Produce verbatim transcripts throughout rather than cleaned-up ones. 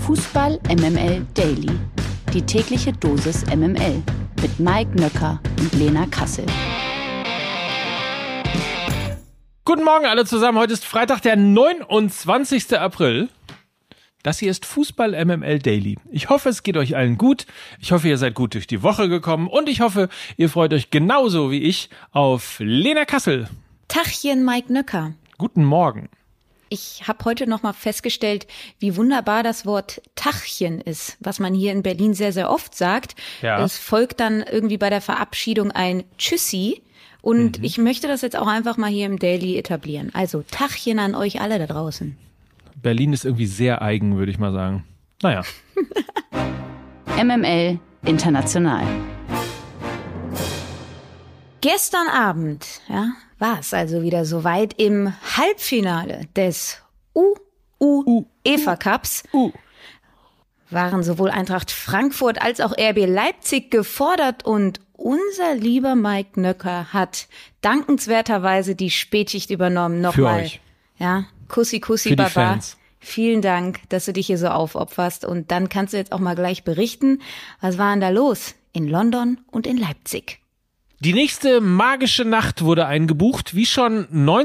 Fußball M M L Daily. Die tägliche Dosis M M L mit Mike Nöcker und Lena Kassel. Guten Morgen alle zusammen. Heute ist Freitag, der neunundzwanzigster April. Das hier ist Fußball M M L Daily. Ich hoffe, es geht euch allen gut. Ich hoffe, ihr seid gut durch die Woche gekommen. Und ich hoffe, ihr freut euch genauso wie ich auf Lena Kassel. Tachchen, Mike Nöcker. Guten Morgen. Ich habe heute noch mal festgestellt, wie wunderbar das Wort Tachchen ist, was man hier in Berlin sehr, sehr oft sagt. Ja. Es folgt dann irgendwie bei der Verabschiedung ein Tschüssi. Und mhm. ich möchte das jetzt auch einfach mal hier im Daily etablieren. Also Tachchen an euch alle da draußen. Berlin ist irgendwie sehr eigen, würde ich mal sagen. Naja. M M L International. Gestern Abend, ja, war es also wieder soweit im Halbfinale des U U E F A Cups. Uh. Waren sowohl Eintracht Frankfurt als auch R B Leipzig gefordert und unser lieber Mike Nöcker hat dankenswerterweise die Spätschicht übernommen. Nochmal. Für euch. Ja, Kussi, Kussi, Für die Baba. Fans. Vielen Dank, dass du dich hier so aufopferst. Und dann kannst du jetzt auch mal gleich berichten, was war denn da los in London und in Leipzig? Die nächste magische Nacht wurde eingebucht. Wie schon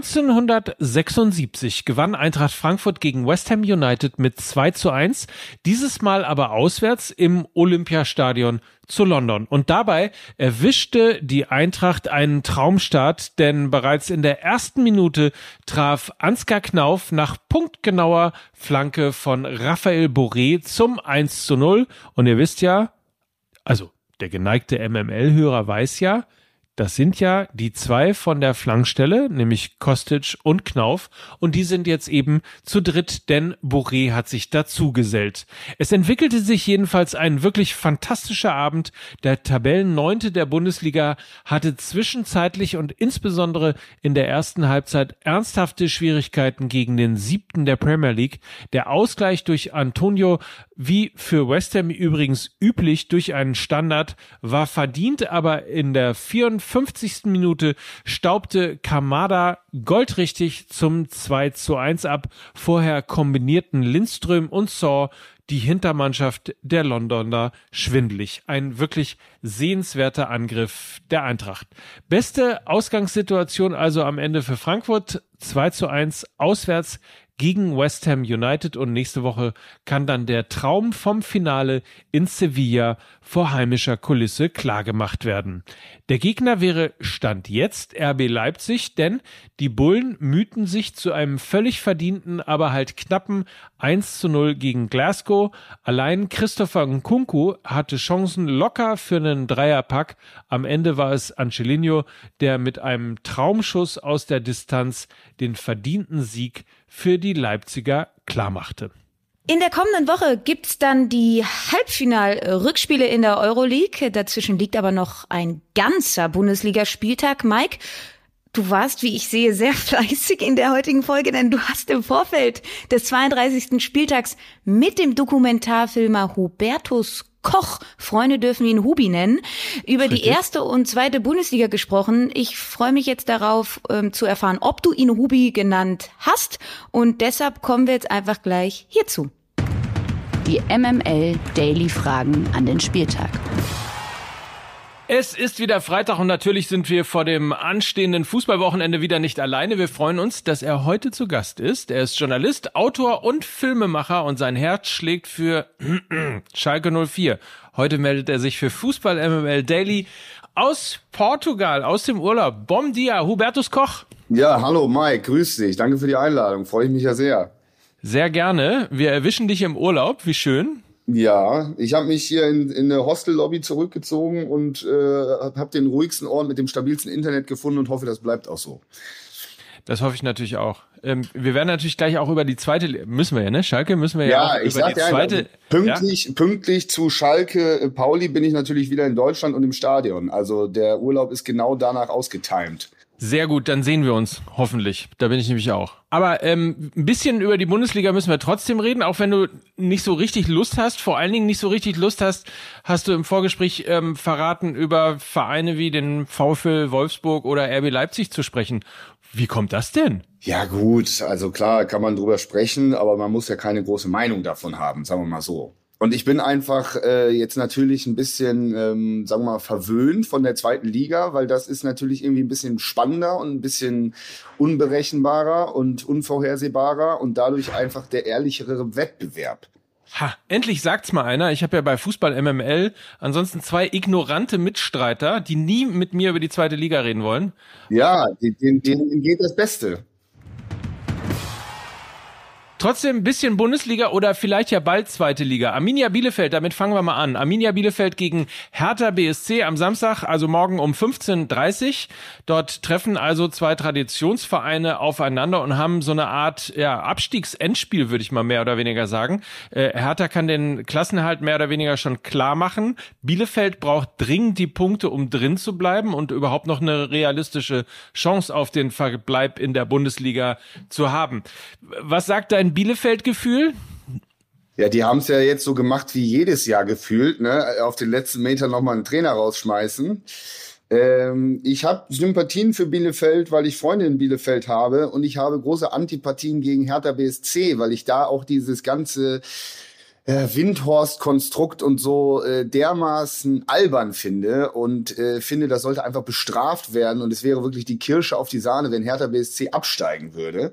neunzehnhundertsechsundsiebzig gewann Eintracht Frankfurt gegen West Ham United mit zwei zu eins. Dieses Mal aber auswärts im Olympiastadion zu London. Und dabei erwischte die Eintracht einen Traumstart, denn bereits in der ersten Minute traf Ansgar Knauf nach punktgenauer Flanke von Raphael Borré zum eins zu null. Und ihr wisst ja, also der geneigte M M L-Hörer weiß ja, das sind ja die zwei von der Flankstelle, nämlich Kostic und Knauf, und die sind jetzt eben zu dritt, denn Borré hat sich dazugesellt. Es entwickelte sich jedenfalls ein wirklich fantastischer Abend. Der Tabellenneunte der Bundesliga hatte zwischenzeitlich und insbesondere in der ersten Halbzeit ernsthafte Schwierigkeiten gegen den siebten der Premier League. Der Ausgleich durch Antonio, wie für West Ham übrigens üblich, durch einen Standard, war verdient, aber in der vierundfünfzigsten Minute staubte Kamada goldrichtig zum zwei zu eins ab. Vorher kombinierten Lindström und Saw die Hintermannschaft der Londoner schwindelig. Ein wirklich sehenswerter Angriff der Eintracht. Beste Ausgangssituation also am Ende für Frankfurt. zwei zu eins auswärts gegen West Ham United, und nächste Woche kann dann der Traum vom Finale in Sevilla vor heimischer Kulisse klargemacht werden. Der Gegner wäre Stand jetzt R B Leipzig, denn die Bullen mühten sich zu einem völlig verdienten, aber halt knappen eins zu null gegen Glasgow. Allein Christopher Nkunku hatte Chancen locker für einen Dreierpack. Am Ende war es Angelino, der mit einem Traumschuss aus der Distanz den verdienten Sieg für die Leipziger klarmachte. In der kommenden Woche gibt's dann die Halbfinal-Rückspiele in der Euroleague. Dazwischen liegt aber noch ein ganzer Bundesligaspieltag. Mike, du warst, wie ich sehe, sehr fleißig in der heutigen Folge, denn du hast im Vorfeld des zweiunddreißigsten Spieltags mit dem Dokumentarfilmer Hubertus Koch, Freunde dürfen ihn Hubi nennen, über Richtig. die erste und zweite Bundesliga gesprochen. Ich freue mich jetzt darauf, ähm, zu erfahren, ob du ihn Hubi genannt hast, und deshalb kommen wir jetzt einfach gleich hierzu. Die M M L Daily Fragen an den Spieltag. Es ist wieder Freitag und natürlich sind wir vor dem anstehenden Fußballwochenende wieder nicht alleine. Wir freuen uns, dass er heute zu Gast ist. Er ist Journalist, Autor und Filmemacher und sein Herz schlägt für Schalke null vier. Heute meldet er sich für Fußball M M L Daily aus Portugal, aus dem Urlaub. Bom dia, Hubertus Koch. Ja, hallo Mike, grüß dich. Danke für die Einladung, freue ich mich ja sehr. Sehr gerne. Wir erwischen dich im Urlaub, wie schön. Ja, ich habe mich hier in, in eine Hostellobby zurückgezogen und äh, habe den ruhigsten Ort mit dem stabilsten Internet gefunden und hoffe, das bleibt auch so. Das hoffe ich natürlich auch. Ähm, wir werden natürlich gleich auch über die zweite, müssen wir ja, ne? Schalke müssen wir ja, ja auch ich über sag die dir zweite. Einfach, pünktlich, ja? pünktlich zu Schalke Pauli bin ich natürlich wieder in Deutschland und im Stadion. Also der Urlaub ist genau danach ausgetimed. Sehr gut, dann sehen wir uns, hoffentlich. Da bin ich nämlich auch. Aber ähm, ein bisschen über die Bundesliga müssen wir trotzdem reden, auch wenn du nicht so richtig Lust hast. Vor allen Dingen nicht so richtig Lust hast, hast du im Vorgespräch ähm, verraten, über Vereine wie den VfL Wolfsburg oder R B Leipzig zu sprechen. Wie kommt das denn? Ja gut, also klar kann man drüber sprechen, aber man muss ja keine große Meinung davon haben, sagen wir mal so. Und ich bin einfach äh, jetzt natürlich ein bisschen, ähm, sagen wir mal, verwöhnt von der zweiten Liga, weil das ist natürlich irgendwie ein bisschen spannender und ein bisschen unberechenbarer und unvorhersehbarer und dadurch einfach der ehrlichere Wettbewerb. Ha, endlich sagt's mal einer. Ich habe ja bei Fußball M M L ansonsten zwei ignorante Mitstreiter, die nie mit mir über die zweite Liga reden wollen. Ja, denen, denen geht das Beste. Trotzdem ein bisschen Bundesliga oder vielleicht ja bald zweite Liga. Arminia Bielefeld, damit fangen wir mal an. Arminia Bielefeld gegen Hertha B S C am Samstag, also morgen um fünfzehn Uhr dreißig. Dort treffen also zwei Traditionsvereine aufeinander und haben so eine Art ja, Abstiegsendspiel, würde ich mal mehr oder weniger sagen. Äh, Hertha kann den Klassenerhalt mehr oder weniger schon klar machen. Bielefeld braucht dringend die Punkte, um drin zu bleiben und überhaupt noch eine realistische Chance auf den Verbleib in der Bundesliga zu haben. Was sagt dein Bielefeld-Gefühl? Ja, die haben es ja jetzt so gemacht wie jedes Jahr gefühlt, ne? Auf den letzten Metern nochmal einen Trainer rausschmeißen. Ähm, ich habe Sympathien für Bielefeld, weil ich Freunde in Bielefeld habe und ich habe große Antipathien gegen Hertha B S C, weil ich da auch dieses ganze äh, Windhorst-Konstrukt und so äh, dermaßen albern finde und äh, finde, das sollte einfach bestraft werden und es wäre wirklich die Kirsche auf die Sahne, wenn Hertha B S C absteigen würde.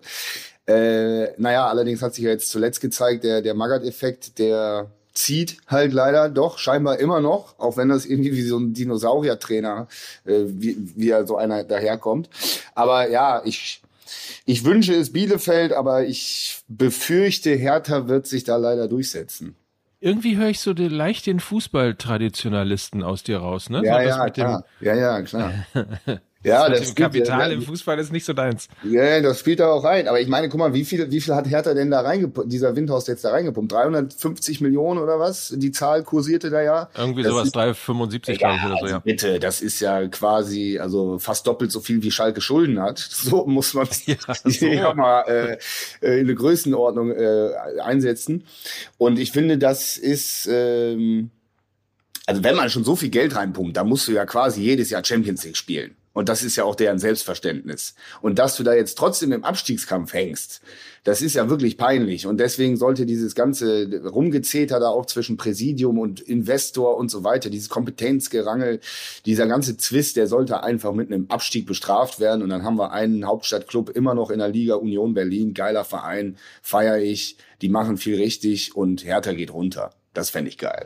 Äh, naja, allerdings hat sich ja jetzt zuletzt gezeigt, der, der Magath-Effekt, der zieht halt leider doch scheinbar immer noch, auch wenn das irgendwie wie so ein Dinosaurier-Trainer, äh, wie, wie er so einer daherkommt. Aber ja, ich, ich wünsche es Bielefeld, aber ich befürchte, Hertha wird sich da leider durchsetzen. Irgendwie höre ich so den, leicht den Fußballtraditionalisten aus dir raus, ne? Ja, so, ja, mit klar. Dem ja, ja, klar. Ja, das, das das Kapital spielt, im Fußball ist nicht so deins. Ja, das spielt da auch rein. Aber ich meine, guck mal, wie viel, wie viel hat Hertha denn da reingepumpt, dieser Windhorst jetzt da reingepumpt? dreihundertfünfzig Millionen oder was? Die Zahl kursierte da ja. Irgendwie das sowas, dreihundertfünfundsiebzig, glaube ich, oder so, also ja. Bitte, das ist ja quasi, also fast doppelt so viel wie Schalke Schulden hat. So muss man es ja, so. ja mal äh, in eine Größenordnung äh, einsetzen. Und ich finde, das ist, ähm, also wenn man schon so viel Geld reinpumpt, dann musst du ja quasi jedes Jahr Champions League spielen. Und das ist ja auch deren Selbstverständnis. Und dass du da jetzt trotzdem im Abstiegskampf hängst, das ist ja wirklich peinlich. Und deswegen sollte dieses ganze Rumgezeter da auch zwischen Präsidium und Investor und so weiter, dieses Kompetenzgerangel, dieser ganze Zwist, der sollte einfach mit einem Abstieg bestraft werden. Und dann haben wir einen Hauptstadtclub immer noch in der Liga, Union Berlin, geiler Verein, feiere ich. Die machen viel richtig und Hertha geht runter. Das fände ich geil.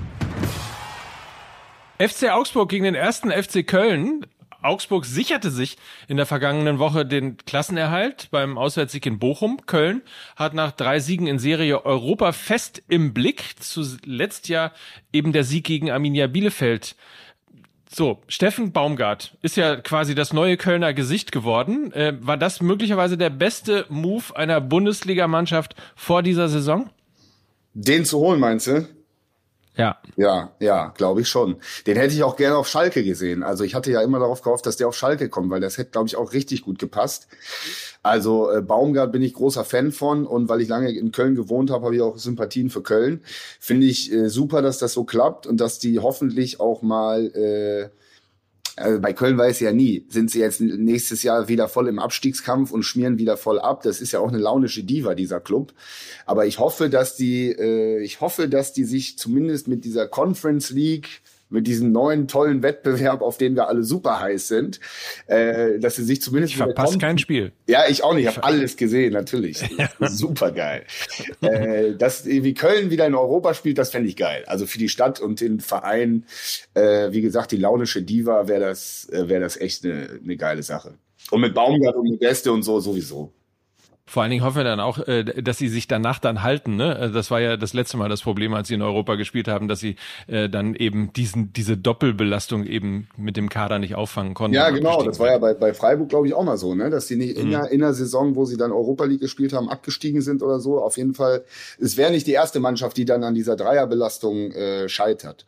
F C Augsburg gegen den ersten F C Köln. Augsburg sicherte sich in der vergangenen Woche den Klassenerhalt beim Auswärtssieg in Bochum. Köln hat nach drei Siegen in Serie Europa fest im Blick. Zuletzt ja eben der Sieg gegen Arminia Bielefeld. So, Steffen Baumgart ist ja quasi das neue Kölner Gesicht geworden. Äh, war das möglicherweise der beste Move einer Bundesligamannschaft vor dieser Saison? Den zu holen, meinst du? Ja. Ja, ja, glaube ich schon. Den hätte ich auch gerne auf Schalke gesehen. Also ich hatte ja immer darauf gehofft, dass der auf Schalke kommt, weil das hätte, glaube ich, auch richtig gut gepasst. Also äh, Baumgart bin ich großer Fan von und weil ich lange in Köln gewohnt habe, habe ich auch Sympathien für Köln. Finde ich äh, super, dass das so klappt und dass die hoffentlich auch mal äh, Also bei Köln weiß ich ja nie, sind sie jetzt nächstes Jahr wieder voll im Abstiegskampf und schmieren wieder voll ab. Das ist ja auch eine launische Diva, dieser Club. Aber ich hoffe, dass die, äh, ich hoffe, dass die sich zumindest mit dieser Conference League, mit diesem neuen tollen Wettbewerb, auf den wir alle super heiß sind, äh, dass sie sich zumindest... Ich verpasse kein Spiel. Ja, ich auch nicht. Ich habe alles gesehen, natürlich. Super geil. äh, dass wie Köln wieder in Europa spielt, das fände ich geil. Also für die Stadt und den Verein, äh, wie gesagt, die launische Diva, wäre das, äh, wäre das echt eine ne geile Sache. Und mit Baumgart und Modeste und so sowieso. Vor allen Dingen hoffen wir dann auch, dass sie sich danach dann halten. Ne? Das war ja das letzte Mal das Problem, als sie in Europa gespielt haben, dass sie dann eben diesen diese Doppelbelastung eben mit dem Kader nicht auffangen konnten. Ja, genau. Das war ja bei, bei Freiburg, glaube ich, auch mal so, ne, dass sie nicht in, mhm. der, in der Saison, wo sie dann Europa League gespielt haben, abgestiegen sind oder so. Auf jeden Fall, es wäre nicht die erste Mannschaft, die dann an dieser Dreierbelastung äh, scheitert.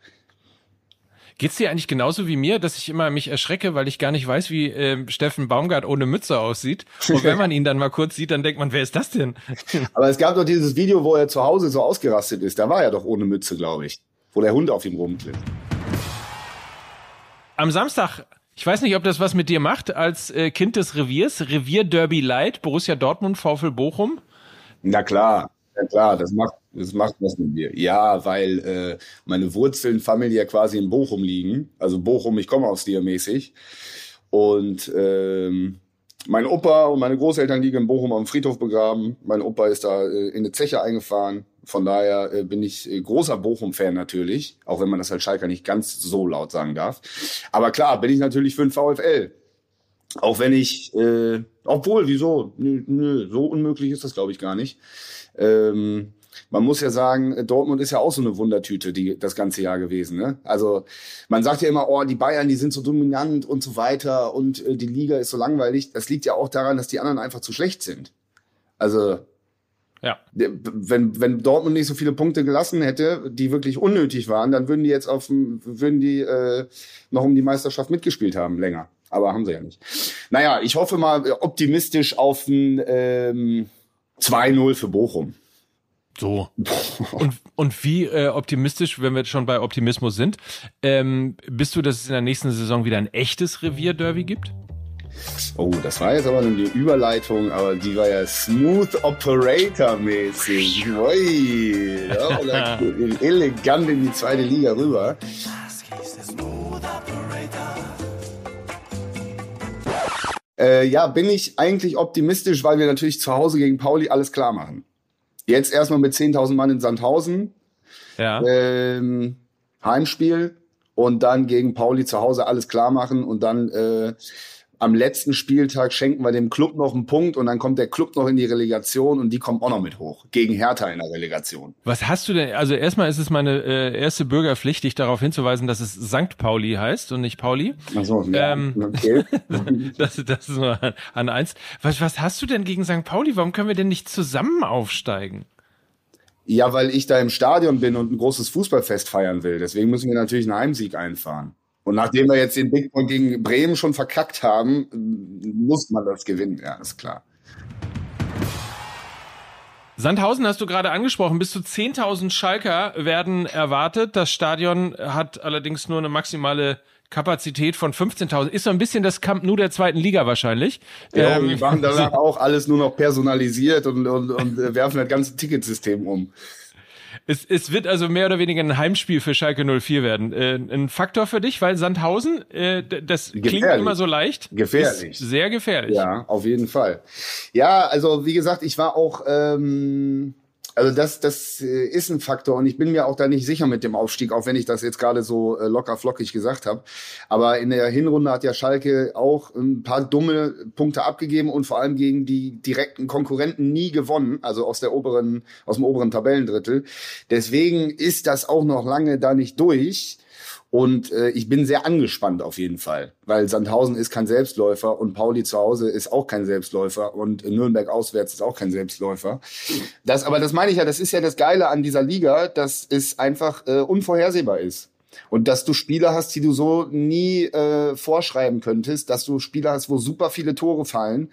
Geht's dir eigentlich genauso wie mir, dass ich immer mich erschrecke, weil ich gar nicht weiß, wie äh, Steffen Baumgart ohne Mütze aussieht? Und wenn man ihn dann mal kurz sieht, dann denkt man, wer ist das denn? Aber es gab doch dieses Video, wo er zu Hause so ausgerastet ist. Da war er doch ohne Mütze, glaube ich. Wo der Hund auf ihm rumklebt. Am Samstag Ich weiß nicht, ob das was mit dir macht als äh, Kind des Reviers. Revier-Derby Light, Borussia Dortmund, VfL Bochum. Na klar, na klar, das macht, das macht was mit mir. Ja, weil äh, meine Wurzeln familiär quasi in Bochum liegen. Also Bochum, ich komme aus dir mäßig. Und ähm, mein Opa und meine Großeltern liegen in Bochum am Friedhof begraben. Mein Opa ist da äh, in eine Zeche eingefahren. Von daher äh, bin ich äh, großer Bochum-Fan natürlich, auch wenn man das als Schalker nicht ganz so laut sagen darf. Aber klar, bin ich natürlich für den VfL. Auch wenn ich, äh, obwohl, wieso? Nö, nö, so unmöglich ist das, glaube ich, gar nicht. Ähm, man muss ja sagen, Dortmund ist ja auch so eine Wundertüte die, das ganze Jahr gewesen. Ne? Also man sagt ja immer, oh, die Bayern, die sind so dominant und so weiter und äh, die Liga ist so langweilig. Das liegt ja auch daran, dass die anderen einfach zu schlecht sind. Also ja. wenn, wenn Dortmund nicht so viele Punkte gelassen hätte, die wirklich unnötig waren, dann würden die jetzt auf würden die äh, noch um die Meisterschaft mitgespielt haben, länger. Aber haben sie ja nicht. Naja, ich hoffe mal optimistisch auf ein ähm, zwei null für Bochum. So. Und, und wie äh, optimistisch, wenn wir jetzt schon bei Optimismus sind, ähm, bist du, dass es in der nächsten Saison wieder ein echtes Revier-Derby gibt? Oh, das war jetzt aber eine Überleitung, aber die war ja Smooth Operator-mäßig. Ui, ja, oder elegant in die zweite Liga rüber. Äh, ja, bin ich eigentlich optimistisch, weil wir natürlich zu Hause gegen Pauli alles klar machen. Jetzt erstmal mit zehntausend Mann in Sandhausen. Ja. Ähm, Heimspiel und dann gegen Pauli zu Hause alles klar machen und dann äh, am letzten Spieltag schenken wir dem Club noch einen Punkt und dann kommt der Club noch in die Relegation und die kommen auch noch mit hoch. Gegen Hertha in der Relegation. Was hast du denn, also erstmal ist es meine äh, erste Bürgerpflicht, dich darauf hinzuweisen, dass es Sankt Pauli heißt und nicht Pauli. Ach so, ja. Ähm, okay. das, das ist nur an, an eins. Was, was hast du denn gegen Sankt Pauli? Warum können wir denn nicht zusammen aufsteigen? Ja, weil ich da im Stadion bin und ein großes Fußballfest feiern will. Deswegen müssen wir natürlich einen Heimsieg einfahren. Und nachdem wir jetzt den Big Point gegen Bremen schon verkackt haben, muss man das gewinnen. Ja, ist klar. Sandhausen hast du gerade angesprochen. Bis zu zehntausend Schalker werden erwartet. Das Stadion hat allerdings nur eine maximale Kapazität von fünfzehntausend. Ist so ein bisschen das Camp Nou der zweiten Liga wahrscheinlich. Ja, ähm, wir machen danach auch alles nur noch personalisiert und, und, und werfen das ganze Ticketsystem um. Es, es wird also mehr oder weniger ein Heimspiel für Schalke null vier werden. Äh, ein Faktor für dich, weil Sandhausen, äh, das Gefährlich. Klingt immer so leicht. Gefährlich. Ist sehr gefährlich. Ja, auf jeden Fall. Ja, also wie gesagt, ich war auch, ähm, also das, das ist ein Faktor und ich bin mir auch da nicht sicher mit dem Aufstieg, auch wenn ich das jetzt gerade so äh, locker flockig gesagt habe. Aber in der Hinrunde hat ja Schalke auch ein paar dumme Punkte abgegeben und vor allem gegen die direkten Konkurrenten nie gewonnen, also aus der oberen, aus dem oberen Tabellendrittel. Deswegen ist das auch noch lange da nicht durch. Und äh, ich bin sehr angespannt auf jeden Fall, weil Sandhausen ist kein Selbstläufer und Pauli zu Hause ist auch kein Selbstläufer und Nürnberg auswärts ist auch kein Selbstläufer. Das, aber das meine ich ja, das ist ja das Geile an dieser Liga, dass es einfach äh, unvorhersehbar ist. Und dass du Spieler hast, die du so nie äh, vorschreiben könntest, dass du Spieler hast, wo super viele Tore fallen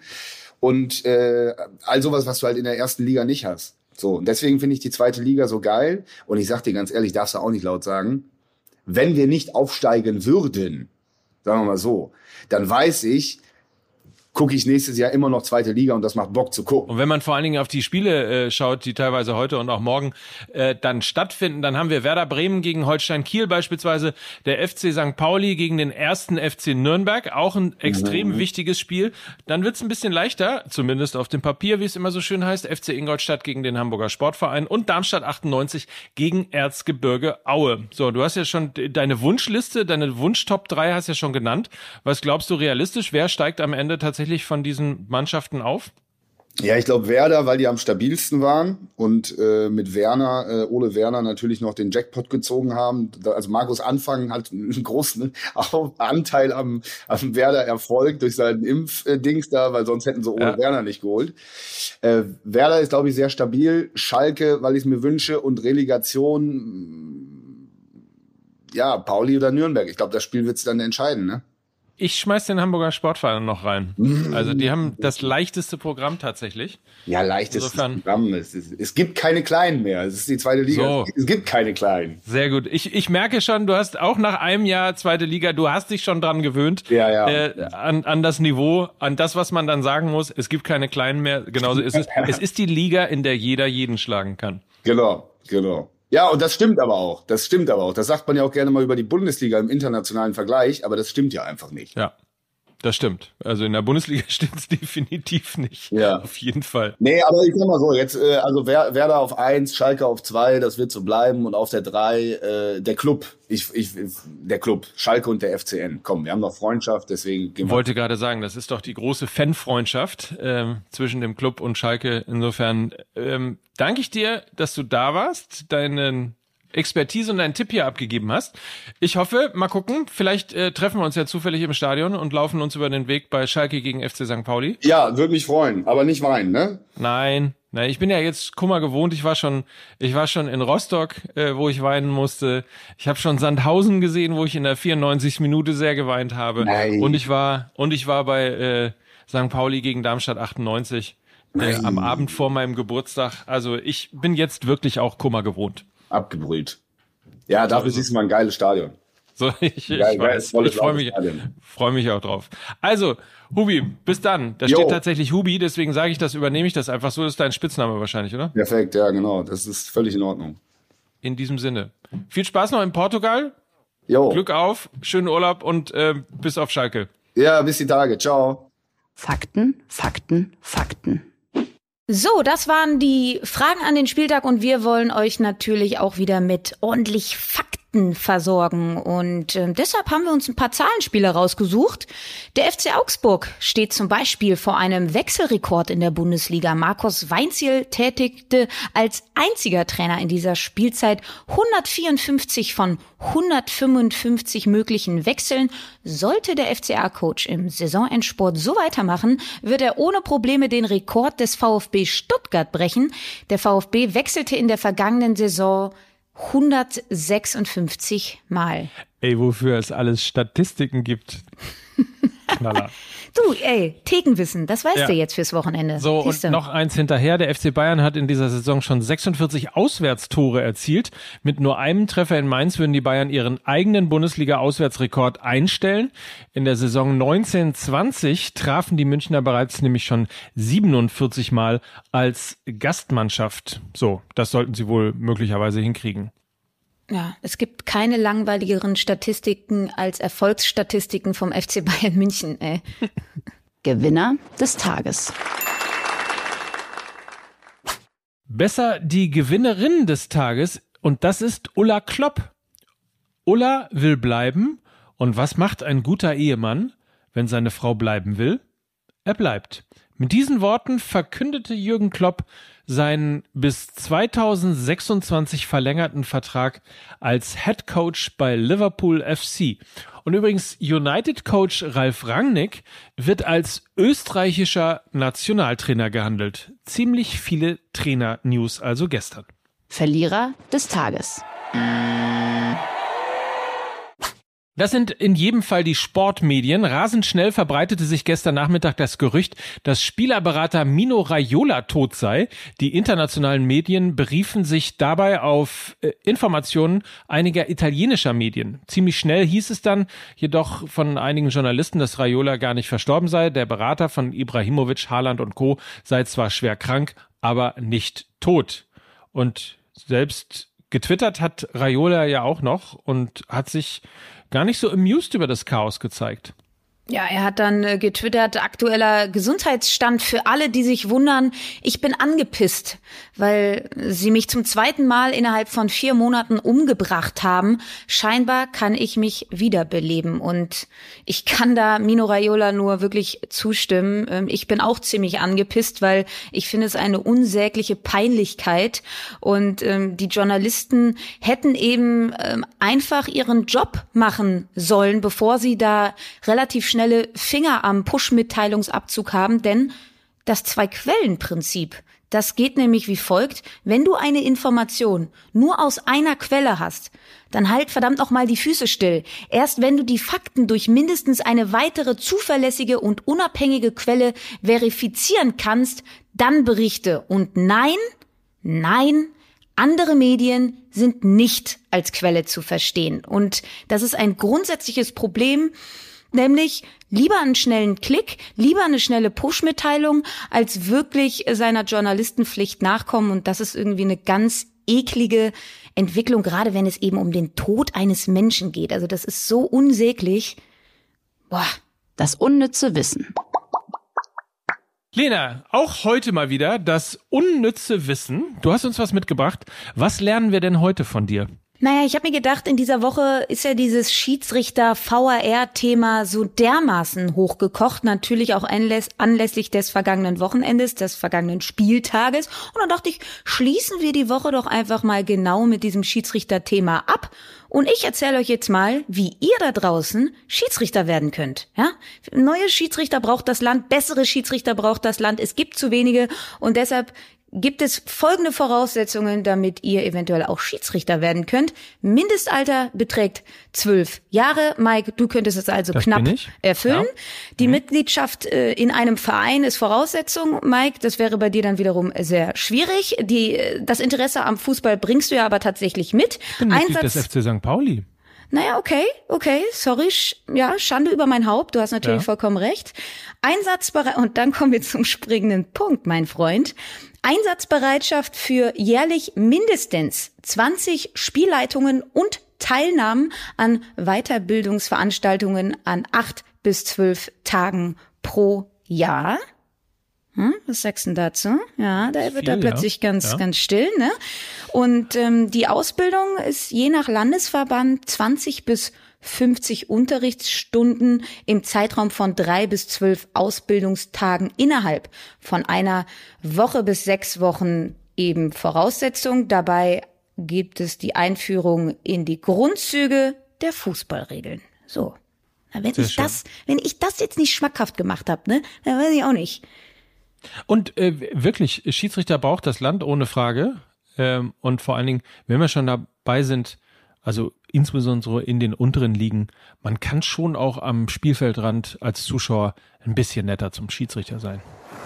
und äh, all sowas, was du halt in der ersten Liga nicht hast. So, und deswegen finde ich die zweite Liga so geil. Und ich sag dir ganz ehrlich, darfst du auch nicht laut sagen, wenn wir nicht aufsteigen würden, sagen wir mal so, dann weiß ich, gucke ich nächstes Jahr immer noch zweite Liga und das macht Bock zu gucken. Und wenn man vor allen Dingen auf die Spiele äh, schaut, die teilweise heute und auch morgen äh, dann stattfinden, dann haben wir Werder Bremen gegen Holstein Kiel beispielsweise, der F C Sankt Pauli gegen den ersten F C Nürnberg, auch ein extrem mhm. wichtiges Spiel. Dann wird's ein bisschen leichter, zumindest auf dem Papier, wie es immer so schön heißt, F C Ingolstadt gegen den Hamburger Sportverein und Darmstadt achtundneunzig gegen Erzgebirge Aue. So, du hast ja schon deine Wunschliste, deine Wunsch-Top drei hast ja schon genannt. Was glaubst du realistisch? Wer steigt am Ende tatsächlich von diesen Mannschaften auf? Ja, ich glaube Werder, weil die am stabilsten waren und äh, mit Werner, äh, Ole Werner natürlich noch den Jackpot gezogen haben. Da, also Markus Anfang hat einen großen Anteil am, am Werder-Erfolg durch seinen Impfdings da, weil sonst hätten sie Ole ja. Werner nicht geholt. Äh, Werder ist, glaube ich, sehr stabil. Schalke, weil ich es mir wünsche, und Relegation, ja, Pauli oder Nürnberg. Ich glaube, das Spiel wird es dann entscheiden, ne? Ich schmeiß den Hamburger Sportverein noch rein. Also die haben das leichteste Programm tatsächlich. Ja, leichtestes Insofern. Programm. Es, ist, es gibt keine Kleinen mehr. Es ist die zweite Liga. So. Es gibt keine Kleinen. Sehr gut. Ich, ich merke schon, du hast auch nach einem Jahr zweite Liga, du hast dich schon dran gewöhnt. Ja, ja. Äh, an, an das Niveau, an das, was man dann sagen muss. Es gibt keine Kleinen mehr. Genauso ist es. Es ist die Liga, in der jeder jeden schlagen kann. Genau, genau. Ja, und das stimmt aber auch. Das stimmt aber auch. Das sagt man ja auch gerne mal über die Bundesliga im internationalen Vergleich, aber das stimmt ja einfach nicht. Ja, das stimmt. Also in der Bundesliga stimmt es definitiv nicht. Ja. Auf jeden Fall. Nee, aber ich sag mal so, jetzt, äh, also Wer- Werder auf eins, Schalke auf zwei, das wird so bleiben und auf der drei, äh, der Club. Ich, ich, der Club, Schalke und der F C N. Komm, wir haben noch Freundschaft, deswegen gehen Ich wir. wollte gerade sagen, das ist doch die große Fanfreundschaft ähm, zwischen dem Club und Schalke. Insofern ähm, danke ich dir, dass du da warst, deinen Expertise und deinen Tipp hier abgegeben hast. Ich hoffe, mal gucken, vielleicht äh, treffen wir uns ja zufällig im Stadion und laufen uns über den Weg bei Schalke gegen F C Sankt Pauli. Ja, würde mich freuen, aber nicht weinen, ne? Nein, nein, ich bin ja jetzt Kummer gewohnt. Ich war schon, ich war schon in Rostock, äh, wo ich weinen musste. Ich habe schon Sandhausen gesehen, wo ich in der vierundneunzigsten Minute sehr geweint habe. Nein. Und ich war, und ich war bei äh, Sankt Pauli gegen Darmstadt achtundneunzig äh, am Abend vor meinem Geburtstag. Also ich bin jetzt wirklich auch Kummer gewohnt. Abgebrüht. Ja, dafür siehst du mal ein geiles Stadion. So, ich, ich Geil, geil, weiß. volles Ich freue mich, Stadion. freue mich auch drauf. Also, Hubi, bis dann. Da Jo. steht tatsächlich Hubi, deswegen sage ich das, übernehme ich das einfach so. Das ist dein Spitzname wahrscheinlich, oder? Perfekt, ja, genau. Das ist völlig in Ordnung. In diesem Sinne. Viel Spaß noch in Portugal. Jo. Glück auf, schönen Urlaub und äh, bis auf Schalke. Ja, bis die Tage. Ciao. Fakten, Fakten, Fakten. So, das waren die Fragen an den Spieltag und wir wollen euch natürlich auch wieder mit ordentlich Fakten versorgen. Und äh, deshalb haben wir uns ein paar Zahlenspiele rausgesucht. Der F C Augsburg steht zum Beispiel vor einem Wechselrekord in der Bundesliga. Markus Weinzierl tätigte als einziger Trainer in dieser Spielzeit hundertvierundfünfzig von hundertfünfundfünfzig möglichen Wechseln. Sollte der F C A-Coach im Saisonendsport so weitermachen, wird er ohne Probleme den Rekord des VfB Stuttgart brechen. Der VfB wechselte in der vergangenen Saison hundertsechsundfünfzig Mal. Ey, wofür es alles Statistiken gibt. Knaller. Du, ey, Thekenwissen, das weißt Ja. du jetzt fürs Wochenende. So, Siehst und du? noch eins hinterher. Der F C Bayern hat in dieser Saison schon sechsundvierzig Auswärtstore erzielt. Mit nur einem Treffer in Mainz würden die Bayern ihren eigenen Bundesliga-Auswärtsrekord einstellen. In der Saison neunzehn zwanzig trafen die Münchner bereits nämlich schon siebenundvierzig Mal als Gastmannschaft. So, das sollten sie wohl möglicherweise hinkriegen. Ja, es gibt keine langweiligeren Statistiken als Erfolgsstatistiken vom F C Bayern München, ey. Gewinner des Tages. Besser die Gewinnerin des Tages und das ist Ulla Klopp. Ulla will bleiben und was macht ein guter Ehemann, wenn seine Frau bleiben will? Er bleibt. Mit diesen Worten verkündete Jürgen Klopp seinen bis zweitausendsechsundzwanzig verlängerten Vertrag als Head Coach bei Liverpool F C. Und übrigens, United-Coach Ralf Rangnick wird als österreichischer Nationaltrainer gehandelt. Ziemlich viele Trainer-News also gestern. Verlierer des Tages. Das sind in jedem Fall die Sportmedien. Rasend schnell verbreitete sich gestern Nachmittag das Gerücht, dass Spielerberater Mino Raiola tot sei. Die internationalen Medien beriefen sich dabei auf äh, Informationen einiger italienischer Medien. Ziemlich schnell hieß es dann jedoch von einigen Journalisten, dass Raiola gar nicht verstorben sei. Der Berater von Ibrahimovic, Haaland und Co. sei zwar schwer krank, aber nicht tot. Und selbst getwittert hat Raiola ja auch noch und hat sich gar nicht so amused über das Chaos gezeigt. Ja, er hat dann äh, getwittert, aktueller Gesundheitsstand für alle, die sich wundern. Ich bin angepisst, weil sie mich zum zweiten Mal innerhalb von vier Monaten umgebracht haben. Scheinbar kann ich mich wiederbeleben und ich kann da Mino Raiola nur wirklich zustimmen. Ähm, ich bin auch ziemlich angepisst, weil ich finde es eine unsägliche Peinlichkeit und ähm, die Journalisten hätten eben ähm, einfach ihren Job machen sollen, bevor sie da relativ schnelle Finger am Push-Mitteilungsabzug haben, denn das Zwei-Quellen-Prinzip, Das geht nämlich wie folgt. Wenn du eine Information nur aus einer Quelle hast, dann halt verdammt noch mal die Füße still. Erst wenn du die Fakten durch mindestens eine weitere zuverlässige und unabhängige Quelle verifizieren kannst, dann berichte. Und nein, nein, andere Medien sind nicht als Quelle zu verstehen. Und das ist ein grundsätzliches Problem, nämlich lieber einen schnellen Klick, lieber eine schnelle Push-Mitteilung, als wirklich seiner Journalistenpflicht nachkommen. Und das ist irgendwie eine ganz eklige Entwicklung, gerade wenn es eben um den Tod eines Menschen geht. Also das ist so unsäglich. Boah. Das unnütze Wissen. Lena, auch heute mal wieder das unnütze Wissen. Du hast uns was mitgebracht. Was lernen wir denn heute von dir? Naja, ich habe mir gedacht, in dieser Woche ist ja dieses Schiedsrichter-V A R-Thema so dermaßen hochgekocht, natürlich auch anläss- anlässlich des vergangenen Wochenendes, des vergangenen Spieltages. Und dann dachte ich, schließen wir die Woche doch einfach mal genau mit diesem Schiedsrichter-Thema ab. Und ich erzähle euch jetzt mal, wie ihr da draußen Schiedsrichter werden könnt. Ja? Neue Schiedsrichter braucht das Land, bessere Schiedsrichter braucht das Land. Es gibt zu wenige und deshalb gibt es folgende Voraussetzungen, damit ihr eventuell auch Schiedsrichter werden könnt. Mindestalter beträgt zwölf Jahre. Mike, du könntest es also das knapp erfüllen. Ja. Die mhm. Mitgliedschaft äh, in einem Verein ist Voraussetzung. Mike, das wäre bei dir dann wiederum sehr schwierig. Die, das Interesse am Fußball bringst du ja aber tatsächlich mit. Ich bin Mitglied des F C Sankt Pauli. Naja, okay, okay, sorry, sch- ja, Schande über mein Haupt, du hast natürlich ja. vollkommen recht. Einsatzbereit, und dann kommen wir zum springenden Punkt, mein Freund. Einsatzbereitschaft für jährlich mindestens zwanzig Spielleitungen und Teilnahmen an Weiterbildungsveranstaltungen an acht bis zwölf Tagen pro Jahr. Hm, was sagst du denn dazu? Ja, da wird er plötzlich ja. ganz, ja. ganz still, ne? Und ähm, die Ausbildung ist je nach Landesverband zwanzig bis fünfzig Unterrichtsstunden im Zeitraum von drei bis zwölf Ausbildungstagen innerhalb von einer Woche bis sechs Wochen eben Voraussetzung. Dabei gibt es die Einführung in die Grundzüge der Fußballregeln. So. Na, wenn Sehr ich schön. das, wenn ich das jetzt nicht schmackhaft gemacht habe, ne, dann weiß ich auch nicht. Und äh, wirklich, Schiedsrichter braucht das Land, ohne Frage. Ähm, und vor allen Dingen, wenn wir schon dabei sind, also insbesondere in den unteren Ligen, man kann schon auch am Spielfeldrand als Zuschauer ein bisschen netter zum Schiedsrichter sein.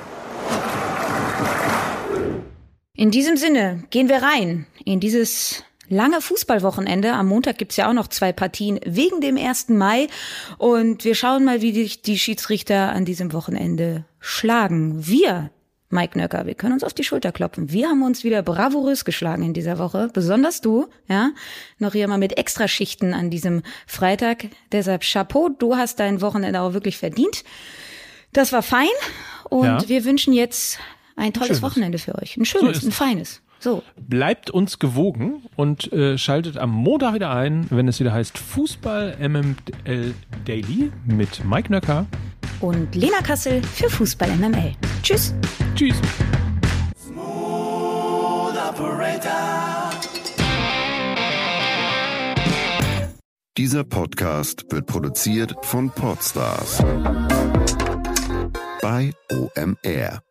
In diesem Sinne gehen wir rein in dieses lange Fußballwochenende. Am Montag gibt's ja auch noch zwei Partien wegen dem ersten Mai. Und wir schauen mal, wie die, die Schiedsrichter an diesem Wochenende schlagen. Wir, Mike Nöcker, wir können uns auf die Schulter klopfen. Wir haben uns wieder bravourös geschlagen in dieser Woche. Besonders du, ja. Noch hier mal mit Extraschichten an diesem Freitag. Deshalb Chapeau, du hast dein Wochenende auch wirklich verdient. Das war fein. Und ja. wir wünschen jetzt ein tolles Schönes. Wochenende für euch. Ein schönes, so ein feines. So. Bleibt uns gewogen und äh, schaltet am Montag wieder ein, wenn es wieder heißt Fußball M M L Daily mit Mike Nöcker und Lena Kassel für Fußball M M L. Tschüss. Tschüss. Smooth Operator. Dieser Podcast wird produziert von Podstars bei O M R.